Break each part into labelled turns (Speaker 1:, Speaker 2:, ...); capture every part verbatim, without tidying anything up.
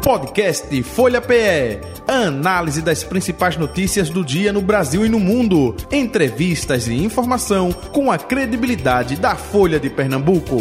Speaker 1: Podcast Folha P E. Análise das principais notícias do dia no Brasil e no mundo. Entrevistas e informação com a credibilidade da Folha de Pernambuco.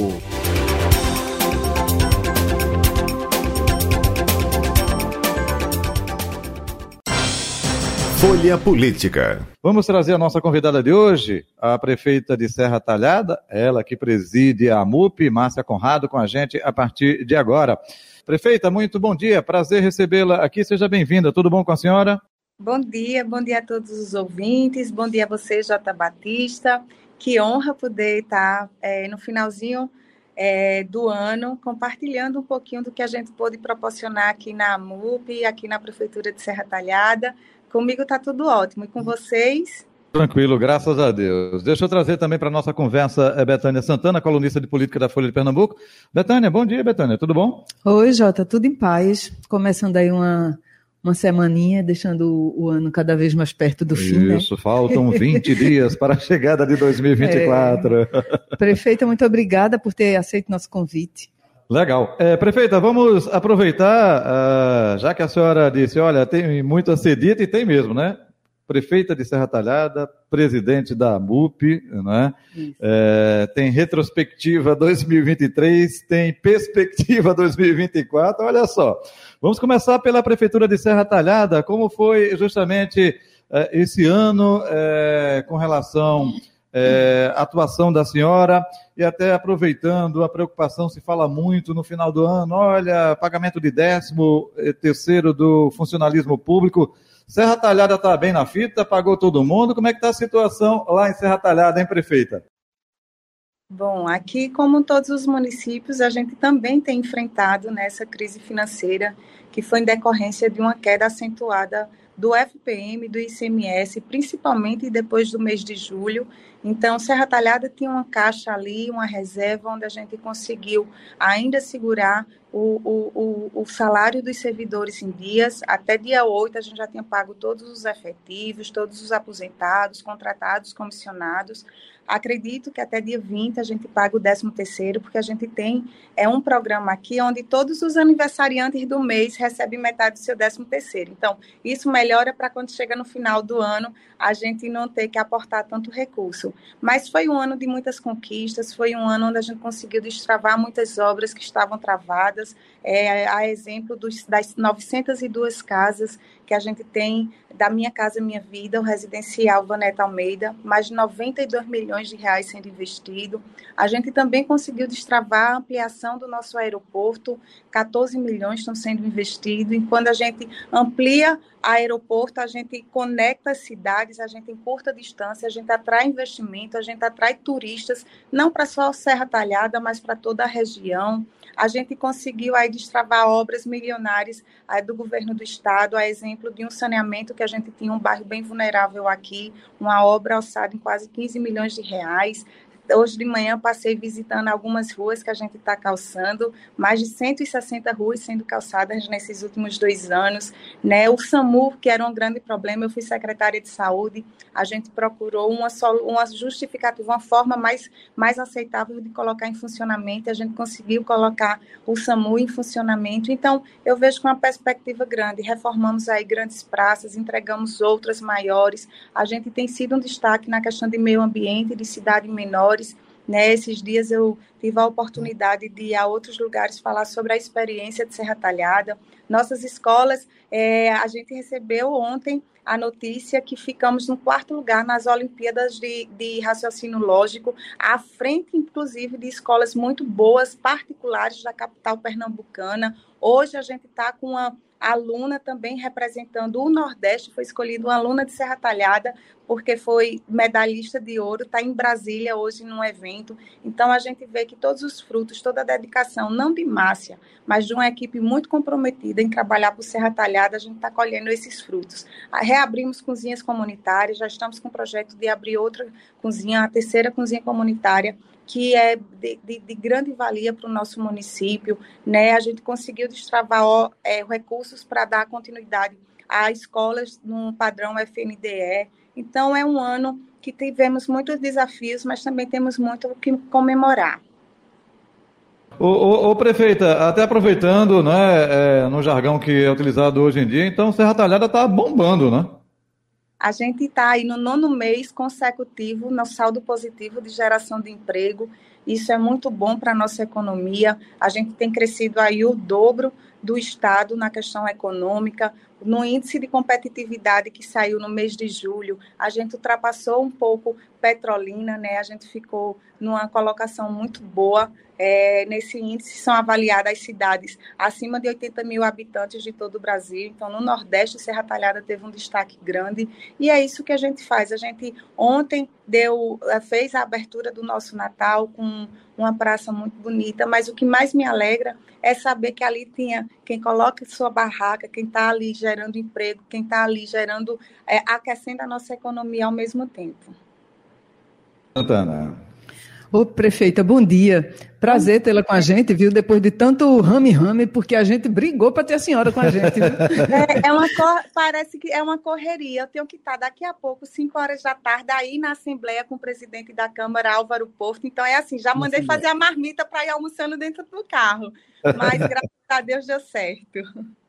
Speaker 2: Folha Política. Vamos trazer a nossa convidada de hoje, a prefeita de Serra Talhada, ela que preside a MUP, Márcia Conrado, com a gente a partir de agora. Prefeita, muito bom dia, prazer recebê-la aqui, seja bem-vinda, tudo bom com a senhora?
Speaker 3: Bom dia, bom dia a todos os ouvintes, bom dia a você, J. Batista, que honra poder estar é, no finalzinho é, do ano, compartilhando um pouquinho do que a gente pôde proporcionar aqui na MUP, aqui na Prefeitura de Serra Talhada. Comigo está tudo ótimo. E com vocês?
Speaker 2: Tranquilo, graças a Deus. Deixa eu trazer também para a nossa conversa a Betânia Santana, colunista de política da Folha de Pernambuco. Betânia, bom dia, Betânia, tudo bom?
Speaker 4: Oi, Jota, tudo em paz. Começando aí uma, uma semaninha, deixando o, o ano cada vez mais perto do
Speaker 2: Isso,
Speaker 4: fim, né?
Speaker 2: Isso, faltam vinte dias para a chegada de dois mil e vinte e quatro.
Speaker 4: É. Prefeita, muito obrigada por ter aceito nosso convite.
Speaker 2: Legal. É, prefeita, vamos aproveitar, uh, já que a senhora disse, olha, tem muito a ser dito, e tem mesmo, né? Prefeita de Serra Talhada, presidente da MUP, né? É, tem retrospectiva dois mil e vinte e três, tem perspectiva dois mil e vinte e quatro, olha só. Vamos começar pela Prefeitura de Serra Talhada, como foi justamente uh, esse ano uh, com relação... É, atuação da senhora, e até aproveitando a preocupação, se fala muito no final do ano, olha, pagamento de décimo terceiro do funcionalismo público. Serra Talhada está bem na fita, pagou todo mundo, como é que está a situação lá em Serra Talhada, hein, prefeita?
Speaker 3: Bom, aqui, como em todos os municípios, a gente também tem enfrentado nessa crise financeira, que foi em decorrência de uma queda acentuada do F P M, do I C M S, principalmente depois do mês de julho. Então, Serra Talhada tinha uma caixa ali, uma reserva, onde a gente conseguiu ainda segurar o, o, o, o salário dos servidores em dias. Até dia oito, a gente já tinha pago todos os efetivos, todos os aposentados, contratados, comissionados. Acredito que até dia vinte a gente paga o décimo terceiro, porque a gente tem é, um programa aqui onde todos os aniversariantes do mês recebem metade do seu décimo terceiro. Então, isso melhora para quando chega no final do ano, a gente não ter que aportar tanto recurso. Mas foi um ano de muitas conquistas, foi um ano onde a gente conseguiu destravar muitas obras que estavam travadas, é, a exemplo dos, das novecentas e duas casas que a gente tem da Minha Casa Minha Vida, o residencial Vaneta Almeida, mais de noventa e dois milhões de reais sendo investido. A gente também conseguiu destravar a ampliação do nosso aeroporto, quatorze milhões estão sendo investidos, e quando a gente amplia aeroporto, a gente conecta as cidades, a gente encurta a distância, a gente atrai investimento, a gente atrai turistas, não para só Serra Talhada, mas para toda a região. A gente conseguiu aí destravar obras milionárias aí do governo do estado, a exemplo de um saneamento que a gente tinha um bairro bem vulnerável aqui, uma obra alçada em quase quinze milhões de reais. Hoje de manhã passei visitando algumas ruas que a gente está calçando, mais de cento e sessenta ruas sendo calçadas nesses últimos dois anos. Né? O SAMU, que era um grande problema, eu fui secretária de saúde, a gente procurou uma, uma justificativa, uma forma mais, mais aceitável de colocar em funcionamento, e a gente conseguiu colocar o SAMU em funcionamento. Então, eu vejo com uma perspectiva grande, reformamos aí grandes praças, entregamos outras maiores, a gente tem sido um destaque na questão de meio ambiente, de cidade menor. Né, esses dias eu tive a oportunidade de ir a outros lugares falar sobre a experiência de Serra Talhada. Nossas escolas, é, a gente recebeu ontem a notícia que ficamos no quarto lugar nas Olimpíadas de, de Raciocínio Lógico, à frente, inclusive, de escolas muito boas, particulares da capital pernambucana. Hoje a gente está com uma aluna também representando o Nordeste, foi escolhida uma aluna de Serra Talhada, porque foi medalhista de ouro, está em Brasília hoje num evento. Então, a gente vê que todos os frutos, toda a dedicação, não de Márcia, mas de uma equipe muito comprometida em trabalhar por Serra Talhada, a gente está colhendo esses frutos. Reabrimos cozinhas comunitárias, já estamos com o projeto de abrir outra cozinha, a terceira cozinha comunitária, que é de, de, de grande valia para o nosso município. Né? A gente conseguiu destravar ó, é, recursos para dar continuidade a escolas no padrão F N D E. Então, é um ano que tivemos muitos desafios, mas também temos muito o que comemorar.
Speaker 2: Ô, ô, ô, prefeita, até aproveitando, né, é, no jargão que é utilizado hoje em dia, então Serra Talhada está bombando, né?
Speaker 3: A gente está aí no nono mês consecutivo no saldo positivo de geração de emprego. Isso é muito bom para a nossa economia. A gente tem crescido aí o dobro do Estado na questão econômica. No índice de competitividade que saiu no mês de julho, a gente ultrapassou um pouco Petrolina, né? A gente ficou numa colocação muito boa. É, nesse índice são avaliadas as cidades acima de oitenta mil habitantes de todo o Brasil. Então, no Nordeste, Serra Talhada teve um destaque grande. E é isso que a gente faz. A gente ontem deu, fez a abertura do nosso Natal com uma praça muito bonita, mas o que mais me alegra é saber que ali tinha quem coloca sua barraca, quem está ali gerando emprego, quem está ali gerando, é, aquecendo a nossa economia ao mesmo tempo.
Speaker 2: Santana.
Speaker 4: Ô, prefeita, bom dia. Prazer tê-la com a gente, viu? Depois de tanto rame-rame, porque a gente brigou para ter a senhora com a gente.
Speaker 3: É, é uma cor... Parece que é uma correria. Eu tenho que estar daqui a pouco, cinco horas da tarde, aí na Assembleia com o presidente da Câmara, Álvaro Porto. Então é assim, já mandei fazer a marmita para ir almoçando dentro do carro. Mas, graças a Deus, deu certo.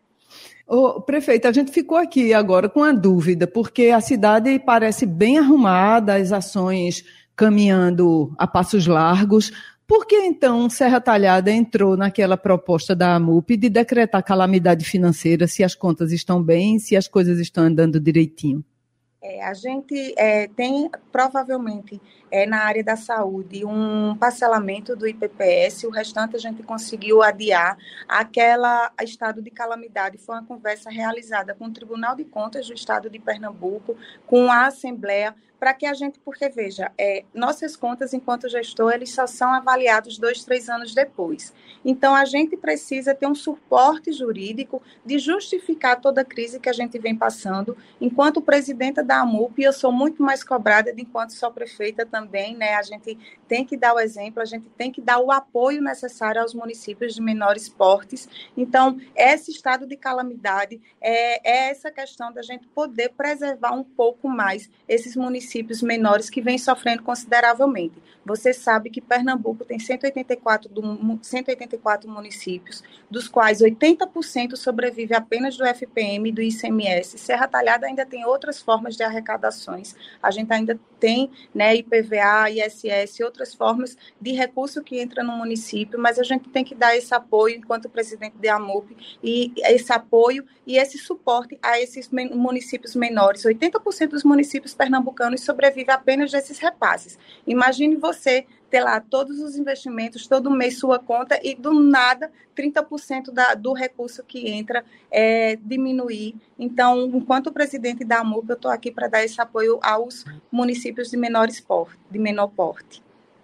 Speaker 4: Ô, prefeita, a gente ficou aqui agora com a dúvida, porque a cidade parece bem arrumada, as ações caminhando a passos largos. Por que, então, Serra Talhada entrou naquela proposta da AMUP de decretar calamidade financeira, se as contas estão bem, se as coisas estão andando direitinho?
Speaker 3: É, a gente é, tem, provavelmente, é, na área da saúde, um parcelamento do I P P S, o restante a gente conseguiu adiar. Aquela estado de calamidade foi uma conversa realizada com o Tribunal de Contas do Estado de Pernambuco, com a Assembleia, para que a gente, porque veja, é, nossas contas enquanto gestor, eles só são avaliados dois, três anos depois. Então, a gente precisa ter um suporte jurídico de justificar toda a crise que a gente vem passando. Enquanto presidenta da AMUP, eu sou muito mais cobrada de enquanto sou prefeita também, né? A gente tem que dar o exemplo, a gente tem que dar o apoio necessário aos municípios de menores portes. Então, esse estado de calamidade é, é essa questão da gente poder preservar um pouco mais esses municípios municípios menores que vêm sofrendo consideravelmente. Você sabe que Pernambuco tem cento e oitenta e quatro, do, cento e oitenta e quatro municípios, dos quais oitenta por cento sobrevive apenas do F P M e do I C M S. Serra Talhada ainda tem outras formas de arrecadações. A gente ainda tem, né, I P V A, I S S, outras formas de recurso que entra no município, mas a gente tem que dar esse apoio enquanto presidente da AMUP, e esse apoio e esse suporte a esses municípios menores. oitenta por cento dos municípios pernambucanos sobrevive apenas desses repasses. Imagine você ter lá todos os investimentos, todo mês sua conta e do nada trinta por cento da, do recurso que entra é, diminuir. Então, enquanto presidente da AMUP, eu estou aqui para dar esse apoio aos municípios de, menores porte, de menor porte.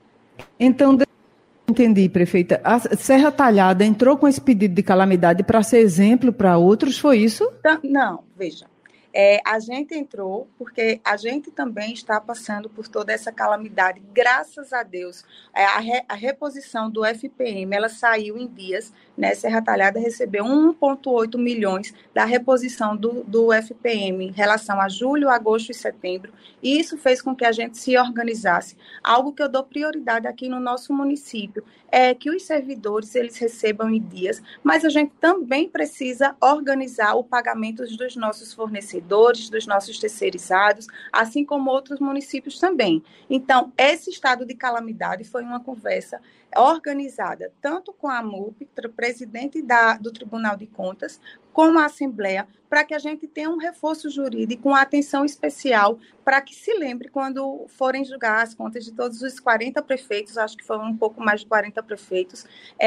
Speaker 4: Então, entendi, prefeita. A Serra Talhada entrou com esse pedido de calamidade para ser exemplo para outros, foi isso?
Speaker 3: Não, veja. É, a gente entrou porque a gente também está passando por toda essa calamidade. Graças a Deus, é, a, re, a reposição do F P M, ela saiu em dias, né? Serra Talhada recebeu um vírgula oito milhões da reposição do, do F P M em relação a julho, agosto e setembro. E isso fez com que a gente se organizasse. Algo que eu dou prioridade aqui no nosso município é que os servidores eles recebam em dias, mas a gente também precisa organizar o pagamento dos nossos fornecedores, dos nossos terceirizados, assim como outros municípios também. Então, esse estado de calamidade foi uma conversa organizada tanto com a AMUP, presidente da, do Tribunal de Contas, como a Assembleia, para que a gente tenha um reforço jurídico, uma atenção especial, para que se lembre quando forem julgar as contas de todos os quarenta prefeitos, acho que foram um pouco mais de quarenta prefeitos,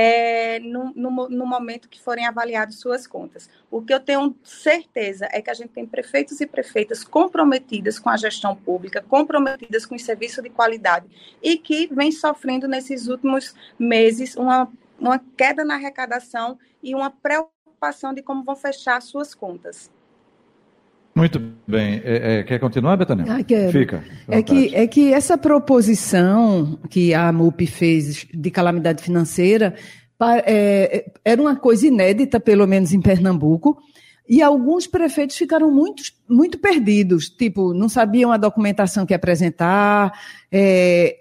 Speaker 3: é, no, no, no momento que forem avaliadas suas contas. O que eu tenho certeza é que a gente tem prefeitos e prefeitas comprometidas com a gestão pública, comprometidas com o serviço de qualidade e que vem sofrendo nesses últimos meses uma, uma queda na arrecadação e uma preocupação de como vão fechar suas contas.
Speaker 2: Muito bem. É, é, quer continuar, Betânia?
Speaker 4: Ah, quero.
Speaker 2: Fica.
Speaker 4: É que, é que essa proposição que a AMUP fez de calamidade financeira é, era uma coisa inédita, pelo menos em Pernambuco, E alguns prefeitos ficaram muito, muito perdidos, tipo, não sabiam a documentação que apresentar, é,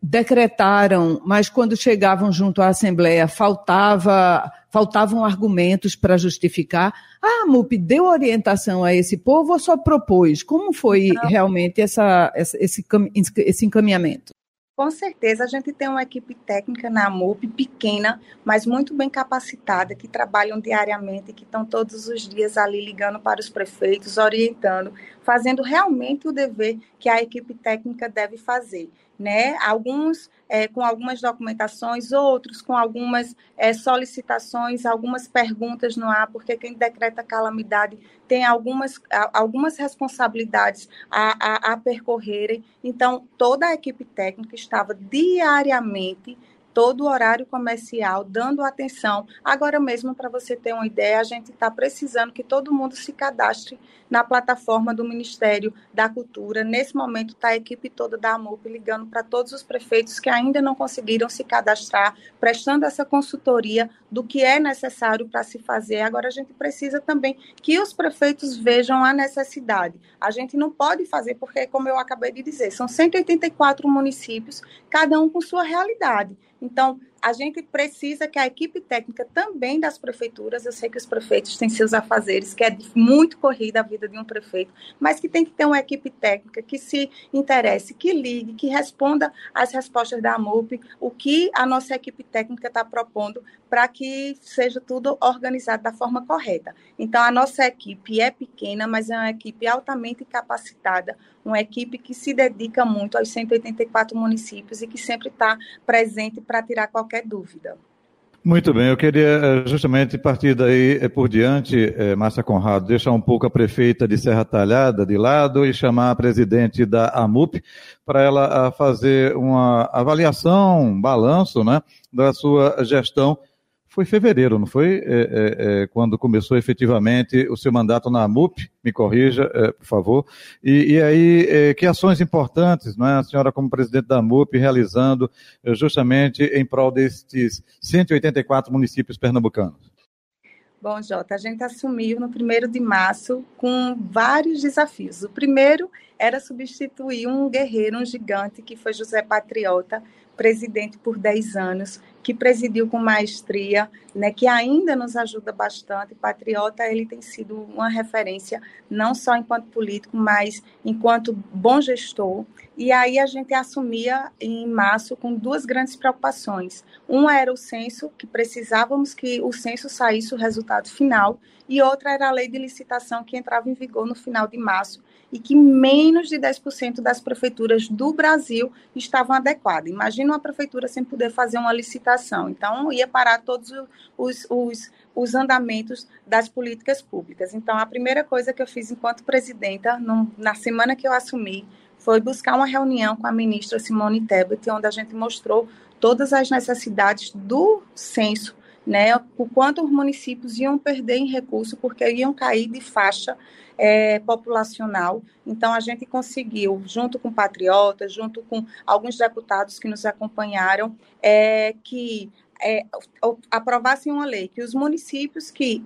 Speaker 4: decretaram, mas quando chegavam junto à Assembleia faltava, faltavam argumentos para justificar. Ah, a MUP deu orientação a esse povo ou só propôs? Como foi não. realmente essa, essa, esse, esse encaminhamento?
Speaker 3: Com certeza, a gente tem uma equipe técnica na MUP, pequena, mas muito bem capacitada, que trabalham diariamente, que estão todos os dias ali ligando para os prefeitos, orientando, fazendo realmente o dever que a equipe técnica deve fazer. Né? Alguns é, com algumas documentações, outros com algumas é, solicitações, algumas perguntas no ar, porque quem decreta calamidade tem algumas, algumas responsabilidades a, a, a percorrerem. Então, toda a equipe técnica estava diariamente, todo o horário comercial, dando atenção. Agora mesmo, para você ter uma ideia, a gente está precisando que todo mundo se cadastre na plataforma do Ministério da Cultura. Nesse momento, está a equipe toda da AMUP ligando para todos os prefeitos que ainda não conseguiram se cadastrar, prestando essa consultoria do que é necessário para se fazer. Agora, a gente precisa também que os prefeitos vejam a necessidade. A gente não pode fazer, porque, como eu acabei de dizer, são cento e oitenta e quatro municípios, cada um com sua realidade. Então, a gente precisa que a equipe técnica também das prefeituras, eu sei que os prefeitos têm seus afazeres, que é muito corrida a vida de um prefeito, mas que tem que ter uma equipe técnica que se interesse, que ligue, que responda às respostas da AMUP, o que a nossa equipe técnica está propondo para que seja tudo organizado da forma correta. Então, a nossa equipe é pequena, mas é uma equipe altamente capacitada, uma equipe que se dedica muito aos cento e oitenta e quatro municípios e que sempre está presente para tirar qualquer dúvida.
Speaker 2: Muito bem, eu queria justamente partir daí por diante, eh, Márcia Conrado, deixar um pouco a prefeita de Serra Talhada de lado e chamar a presidente da AMUP para ela a fazer uma avaliação, um balanço, né, da sua gestão. Foi em fevereiro, não foi? É, é, é, quando começou efetivamente o seu mandato na AMUP, me corrija, é, por favor. E, e aí, é, que ações importantes, não é, a senhora como presidente da AMUP realizando é, justamente em prol destes cento e oitenta e quatro municípios pernambucanos?
Speaker 3: Bom, Jota, a gente assumiu no primeiro de março com vários desafios. O primeiro era substituir um guerreiro, um gigante, que foi José Patriota, presidente por dez anos, que presidiu com maestria, né, que ainda nos ajuda bastante. Patriota, ele tem sido uma referência, não só enquanto político, mas enquanto bom gestor. E aí a gente assumia em março com duas grandes preocupações. Uma era o censo, que precisávamos que o censo saísse o resultado final, e outra era a lei de licitação, que entrava em vigor no final de março, e que menos de dez por cento das prefeituras do Brasil estavam adequadas. Imagina uma prefeitura sem poder fazer uma licitação. Então, ia parar todos os, os, os andamentos das políticas públicas. Então, a primeira coisa que eu fiz enquanto presidenta, no, na semana que eu assumi, foi buscar uma reunião com a ministra Simone Tebet, onde a gente mostrou todas as necessidades do censo, né, o quanto os municípios iam perder em recurso, porque iam cair de faixa é, populacional. Então, a gente conseguiu, junto com patriotas, junto com alguns deputados que nos acompanharam, é, que é, aprovassem uma lei, que os municípios que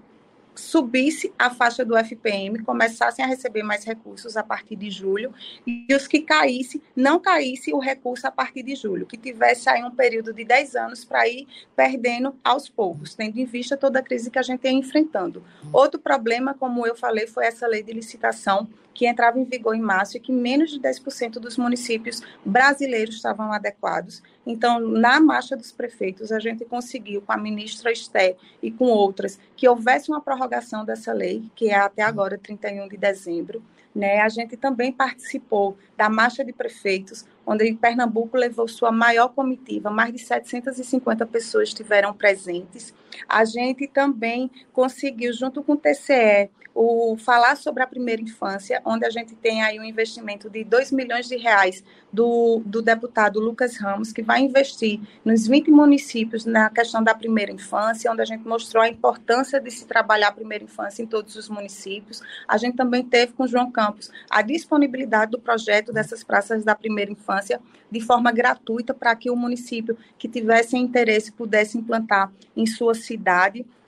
Speaker 3: subisse a faixa do F P M, começassem a receber mais recursos a partir de julho, e os que caísse, não caísse o recurso a partir de julho, que tivesse aí um período de dez anos para ir perdendo aos poucos, tendo em vista toda a crise que a gente ia enfrentando. Outro problema, como eu falei, foi essa lei de licitação, que entrava em vigor em março e que menos de dez por cento dos municípios brasileiros estavam adequados. Então, na marcha dos prefeitos, a gente conseguiu, com a ministra Esté e com outras, que houvesse uma prorrogação dessa lei, que é até agora, trinta e um de dezembro. Né? A gente também participou da marcha de prefeitos, onde Pernambuco levou sua maior comitiva, mais de setecentas e cinquenta pessoas estiveram presentes. A gente também conseguiu, junto com o T C E, o falar sobre a primeira infância, onde a gente tem aí um investimento de dois milhões de reais do, do deputado Lucas Ramos, que vai investir nos vinte municípios na questão da primeira infância, onde a gente mostrou a importância de se trabalhar a primeira infância em todos os municípios. A gente também teve com o João Campos a disponibilidade do projeto dessas praças da primeira infância de forma gratuita para que o município que tivesse interesse pudesse implantar em sua cidade.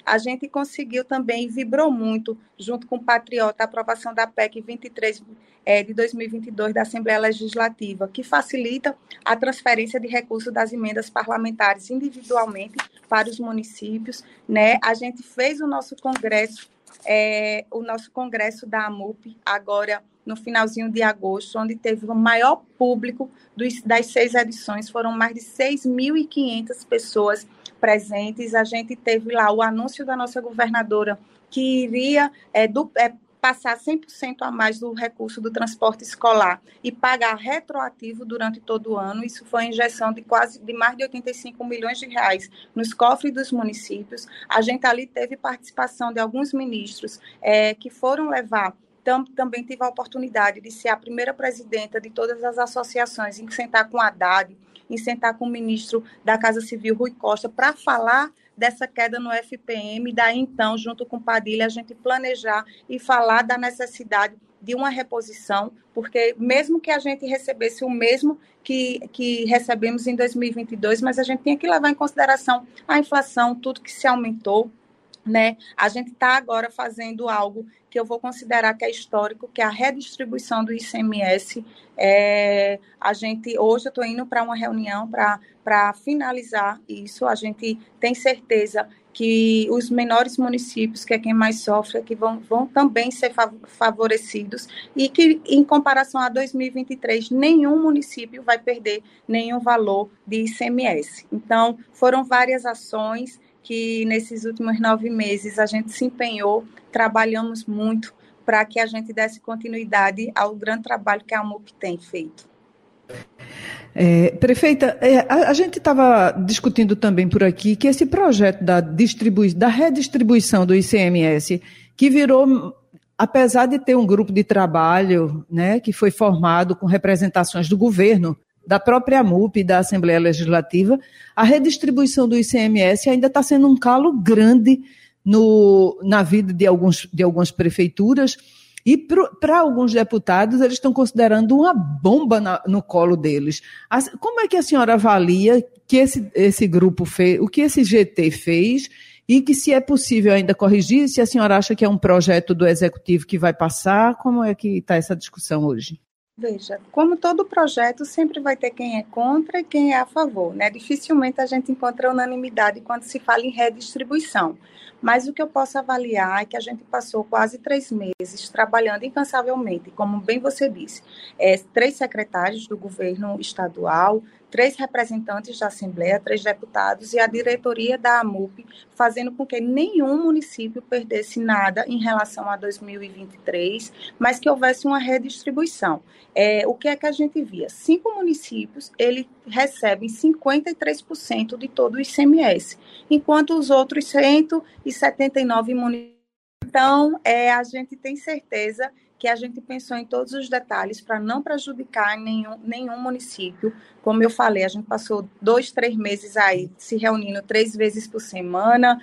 Speaker 3: a gente conseguiu também, vibrou muito, junto com o Patriota, a aprovação da P E C vinte e três é, de dois mil e vinte e dois da Assembleia Legislativa, que facilita a transferência de recursos das emendas parlamentares individualmente para os municípios, né? A gente fez o nosso congresso, é, o nosso congresso da AMUP, agora no finalzinho de agosto, onde teve o maior público dos, das seis edições, foram mais de seis mil e quinhentas pessoas presentes. A gente teve lá o anúncio da nossa governadora que iria é, do, é, passar cem por cento a mais do recurso do transporte escolar e pagar retroativo durante todo o ano. Isso foi uma injeção de quase de mais de oitenta e cinco milhões de reais nos cofres dos municípios. A gente ali teve participação de alguns ministros é, que foram levar. Também tive a oportunidade de ser a primeira presidenta de todas as associações, em sentar com a Haddad, em sentar com o ministro da Casa Civil, Rui Costa, para falar dessa queda no F P M, daí então, junto com o Padilha, a gente planejar e falar da necessidade de uma reposição, porque mesmo que a gente recebesse o mesmo que, que recebemos em dois mil e vinte e dois, mas a gente tinha que levar em consideração a inflação, tudo que se aumentou, né? A gente está agora fazendo algo que eu vou considerar que é histórico, que é a redistribuição do I C M S. É, a gente, hoje eu estou indo para uma reunião para finalizar isso. A gente tem certeza que os menores municípios, que é quem mais sofre, que vão, vão também ser favorecidos e que, em comparação a dois mil e vinte e três, nenhum município vai perder nenhum valor de I C M S. Então, foram várias ações que nesses últimos nove meses a gente se empenhou, trabalhamos muito para que a gente desse continuidade ao grande trabalho que a AMUP tem feito.
Speaker 4: É, prefeita, é, a, a gente estava discutindo também por aqui que esse projeto da, distribui, da redistribuição do I C M S, que virou, apesar de ter um grupo de trabalho, né, que foi formado com representações do governo, da própria AMUP e da Assembleia Legislativa, a redistribuição do I C M S ainda está sendo um calo grande no, na vida de, alguns, de algumas prefeituras e para alguns deputados eles estão considerando uma bomba na, no colo deles. As, como é que a senhora avalia que esse, esse grupo fez, o que esse G T fez e que se é possível ainda corrigir, se a senhora acha que é um projeto do Executivo que vai passar, como é que está essa discussão hoje?
Speaker 3: Veja, como todo projeto, sempre vai ter quem é contra e quem é a favor, né? Dificilmente a gente encontra unanimidade quando se fala em redistribuição. Mas o que eu posso avaliar é que a gente passou quase três meses trabalhando incansavelmente, como bem você disse, é, três secretários do governo estadual, três representantes da Assembleia, três deputados e a diretoria da AMUP, fazendo com que nenhum município perdesse nada em relação a dois mil e vinte e três, mas que houvesse uma redistribuição. É, o que é que a gente via? Cinco municípios, eles recebem cinquenta e três por cento de todo o I C M S, enquanto os outros cento e setenta e nove municípios. Então, é, a gente tem certeza que a gente pensou em todos os detalhes para não prejudicar nenhum, nenhum município. Como eu falei, a gente passou dois, três meses aí se reunindo três vezes por semana,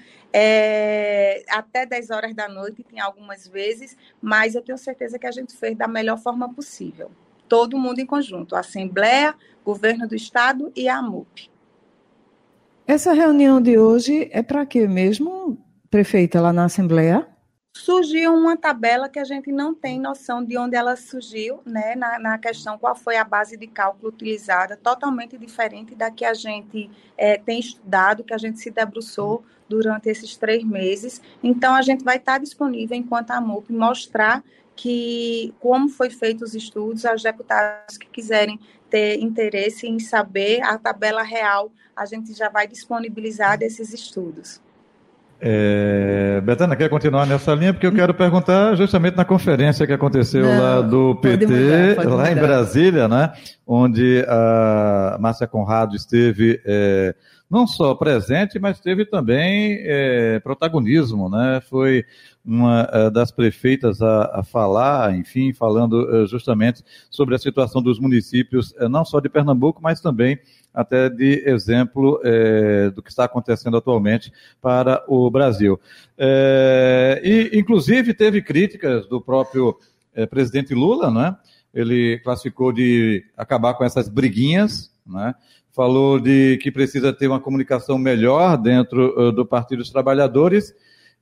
Speaker 3: é, até dez horas da noite, tem algumas vezes, mas eu tenho certeza que a gente fez da melhor forma possível. Todo mundo em conjunto, a Assembleia, Governo do Estado e a AMUP.
Speaker 4: Essa reunião de hoje é para quê mesmo, prefeita, lá na Assembleia?
Speaker 3: Surgiu uma tabela que a gente não tem noção de onde ela surgiu, né, na, na questão qual foi a base de cálculo utilizada, totalmente diferente da que a gente é, tem estudado, que a gente se debruçou durante esses três meses. Então, a gente vai estar disponível, enquanto a AMUP, mostrar que, como foi feito os estudos, aos deputados que quiserem ter interesse em saber a tabela real, a gente já vai disponibilizar desses estudos.
Speaker 2: É, Betânia, quer continuar nessa linha? Porque eu quero perguntar justamente na conferência que aconteceu Não, lá do P T, mudar, lá mudar. em Brasília, né? Onde a Márcia Conrado esteve é, não só presente, mas teve também é, protagonismo, né? Foi uma é, das prefeitas a, a falar, enfim, falando é, justamente sobre a situação dos municípios, é, não só de Pernambuco, mas também até de exemplo é, do que está acontecendo atualmente para o Brasil. É, e, inclusive, teve críticas do próprio é, presidente Lula, né? Ele classificou de acabar com essas briguinhas, né? falou de que precisa ter uma comunicação melhor dentro uh, do Partido dos Trabalhadores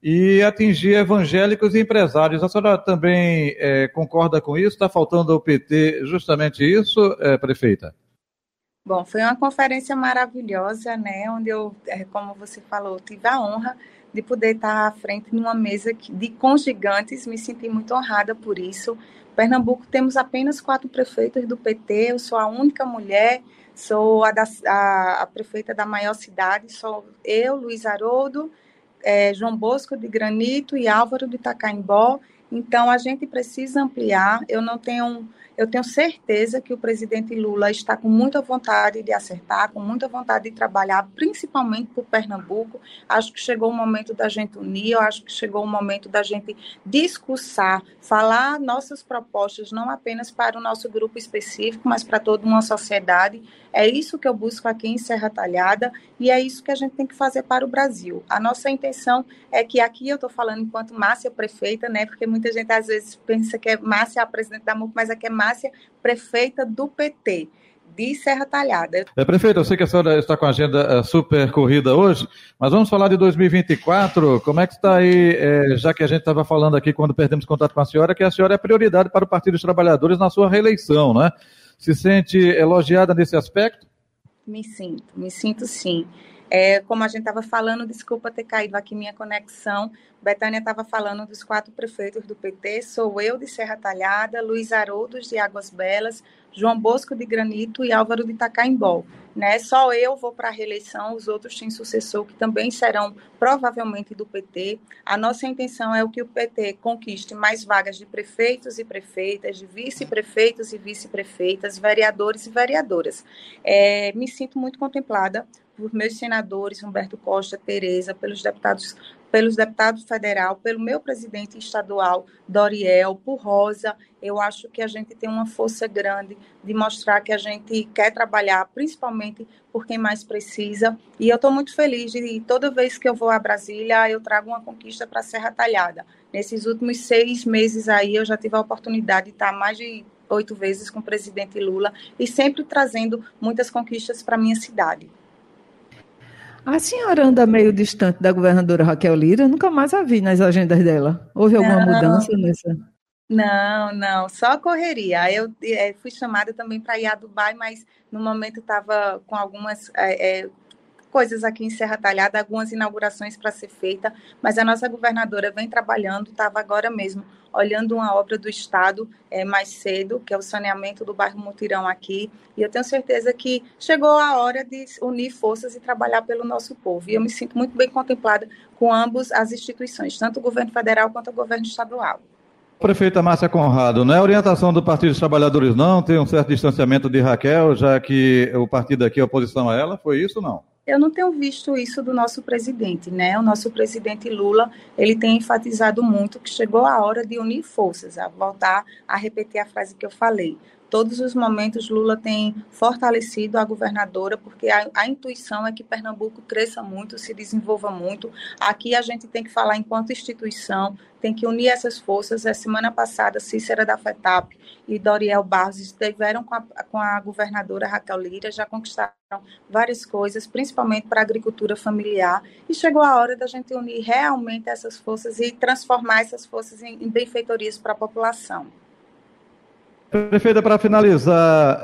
Speaker 2: e atingir evangélicos e empresários. A senhora também eh, concorda com isso? Está faltando ao P T justamente isso, eh, prefeita?
Speaker 3: Bom, foi uma conferência maravilhosa, né, onde eu, como você falou, tive a honra de poder estar à frente numa mesa de com gigantes, me senti muito honrada por isso. Pernambuco temos apenas quatro prefeitos do P T, eu sou a única mulher, sou a, da, a, a prefeita da maior cidade, sou eu, Luiz Haroldo, é, João Bosco de Granito e Álvaro de Itacaimbó. Então, a gente precisa ampliar. Eu não tenho, eu tenho certeza que o presidente Lula está com muita vontade de acertar, com muita vontade de trabalhar, principalmente por Pernambuco. Acho que chegou o momento da gente unir, eu acho que chegou o momento da gente discursar, falar nossas propostas, não apenas para o nosso grupo específico, mas para toda uma sociedade. É isso que eu busco aqui em Serra Talhada e é isso que a gente tem que fazer para o Brasil. A nossa intenção é que aqui eu estou falando enquanto Márcia prefeita, né? Porque muita gente às vezes pensa que é Márcia a presidente da M U P, mas aqui é Márcia prefeita do P T, de Serra Talhada.
Speaker 2: É, prefeita, eu sei que a senhora está com a agenda super corrida hoje, mas vamos falar de dois mil e vinte e quatro. Como é que está aí, é, já que a gente estava falando aqui quando perdemos contato com a senhora, que a senhora é prioridade para o Partido dos Trabalhadores na sua reeleição, né? Se sente elogiada nesse aspecto?
Speaker 3: Me sinto, me sinto sim. É, como a gente estava falando, desculpa ter caído aqui minha conexão, Betânia estava falando dos quatro prefeitos do P T, sou eu de Serra Talhada, Luiz Haroldo de Águas Belas, João Bosco de Granito e Álvaro de Itacaimbó. Né? Só eu vou para a reeleição, os outros têm sucessor que também serão provavelmente do P T. A nossa intenção é o que o P T conquiste mais vagas de prefeitos e prefeitas, de vice-prefeitos e vice-prefeitas, vereadores e vereadoras. É, me sinto muito contemplada por meus senadores, Humberto Costa, Tereza, pelos deputados, pelos deputados federal, pelo meu presidente estadual, Doriel, por Rosa. Eu acho que a gente tem uma força grande de mostrar que a gente quer trabalhar, principalmente por quem mais precisa. E eu estou muito feliz de toda vez que eu vou a Brasília, eu trago uma conquista para a Serra Talhada. Nesses últimos seis meses aí, eu já tive a oportunidade de estar mais de oito vezes com o presidente Lula e sempre trazendo muitas conquistas para a minha cidade.
Speaker 4: A senhora anda meio distante da governadora Raquel Lira, eu nunca mais a vi nas agendas dela. Houve alguma não, mudança nessa?
Speaker 3: Não, não, só correria. Eu é, fui chamada também para ir a Dubai, mas no momento estava com algumas é, é, coisas aqui em Serra Talhada, algumas inaugurações para ser feita, mas a nossa governadora vem trabalhando, estava agora mesmo olhando uma obra do Estado é, mais cedo, que é o saneamento do bairro Mutirão aqui, e eu tenho certeza que chegou a hora de unir forças e trabalhar pelo nosso povo, e eu me sinto muito bem contemplada com ambas as instituições, tanto o governo federal quanto o governo estadual.
Speaker 2: Prefeita Márcia Conrado, não é orientação do Partido dos Trabalhadores não, tem um certo distanciamento de Raquel, já que o partido aqui é oposição a ela, foi isso ou não?
Speaker 3: Eu não tenho visto isso do nosso presidente, né? O nosso presidente Lula, ele tem enfatizado muito que chegou a hora de unir forças, a voltar a repetir a frase que eu falei. Todos os momentos Lula tem fortalecido a governadora, porque a, a intuição é que Pernambuco cresça muito, se desenvolva muito. Aqui a gente tem que falar enquanto instituição, tem que unir essas forças. A semana passada, Cícera da FETAP e Doriel Barros estiveram com a, com a governadora Raquel Lira, já conquistaram várias coisas, principalmente para a agricultura familiar, e chegou a hora da gente unir realmente essas forças e transformar essas forças em, em benfeitorias para a população.
Speaker 2: Prefeita, para finalizar,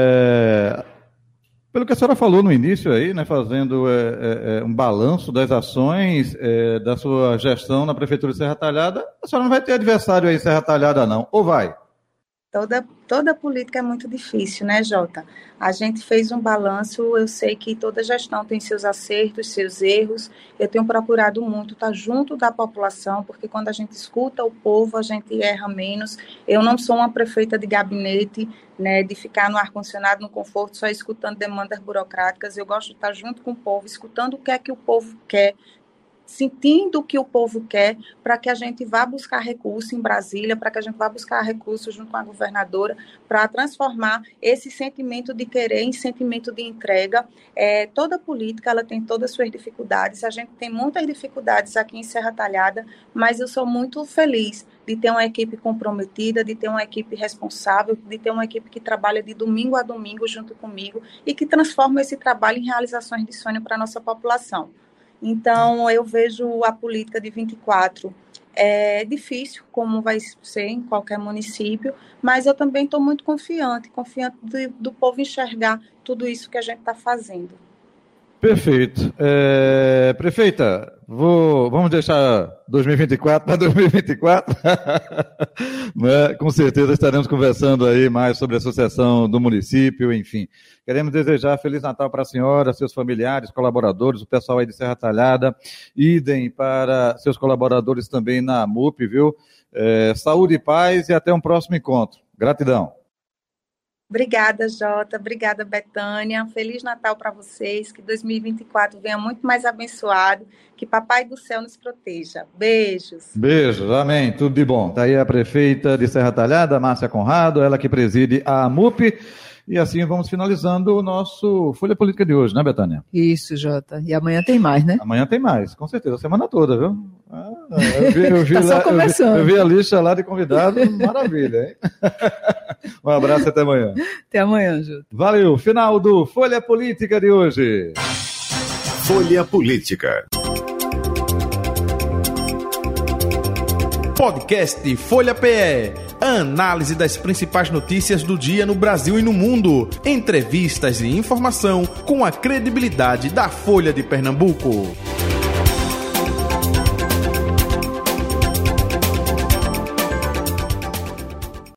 Speaker 2: é, pelo que a senhora falou no início aí, né, fazendo é, é, um balanço das ações é, da sua gestão na Prefeitura de Serra Talhada, a senhora não vai ter adversário aí em Serra Talhada não, ou vai?
Speaker 3: Toda, toda política é muito difícil, né, Jota? A gente fez um balanço, eu sei que toda gestão tem seus acertos, seus erros. Eu tenho procurado muito estar junto da população, porque quando a gente escuta o povo, a gente erra menos. Eu não sou uma prefeita de gabinete, né, de ficar no ar-condicionado, no conforto, só escutando demandas burocráticas. Eu gosto de estar junto com o povo, escutando o que é que o povo quer, sentindo o que o povo quer, para que a gente vá buscar recurso em Brasília, para que a gente vá buscar recursos junto com a governadora, para transformar esse sentimento de querer em sentimento de entrega. É, toda política, ela tem todas as suas dificuldades, a gente tem muitas dificuldades aqui em Serra Talhada, mas eu sou muito feliz de ter uma equipe comprometida, de ter uma equipe responsável, de ter uma equipe que trabalha de domingo a domingo junto comigo e que transforma esse trabalho em realizações de sonho para a nossa população. Então, eu vejo a política de vinte e quatro é difícil, como vai ser em qualquer município, mas eu também estou muito confiante, confiante do, do povo enxergar tudo isso que a gente está fazendo.
Speaker 2: Perfeito. É, prefeita, vou, vamos deixar dois mil e vinte e quatro para dois mil e vinte e quatro. Né? Com certeza estaremos conversando aí mais sobre a associação do município, enfim. Queremos desejar Feliz Natal para a senhora, seus familiares, colaboradores, o pessoal aí de Serra Talhada, idem para seus colaboradores também na AMUP, viu? É, saúde e paz e até um próximo encontro. Gratidão.
Speaker 3: Obrigada, Jota. Obrigada, Betânia. Feliz Natal para vocês. Que dois mil e vinte e quatro venha muito mais abençoado. Que Papai do Céu nos proteja. Beijos.
Speaker 2: Beijos, amém. Tudo de bom. Está aí a prefeita de Serra Talhada, Márcia Conrado, ela que preside a AMUP. E assim vamos finalizando o nosso Folha Política de hoje, né, Betânia?
Speaker 4: Isso, Jota. E amanhã tem mais, né?
Speaker 2: Amanhã tem mais, com certeza. A semana toda, viu? Ah, eu vi, eu vi
Speaker 4: tá
Speaker 2: lá,
Speaker 4: só começando.
Speaker 2: Eu vi, eu vi a lista lá de convidados, maravilha, hein? Um abraço e até amanhã.
Speaker 4: Até amanhã, Jota.
Speaker 2: Valeu. Final do Folha Política de hoje.
Speaker 5: Folha Política.
Speaker 1: Podcast Folha P E. A análise das principais notícias do dia no Brasil e no mundo. Entrevistas e informação com a credibilidade da Folha de Pernambuco.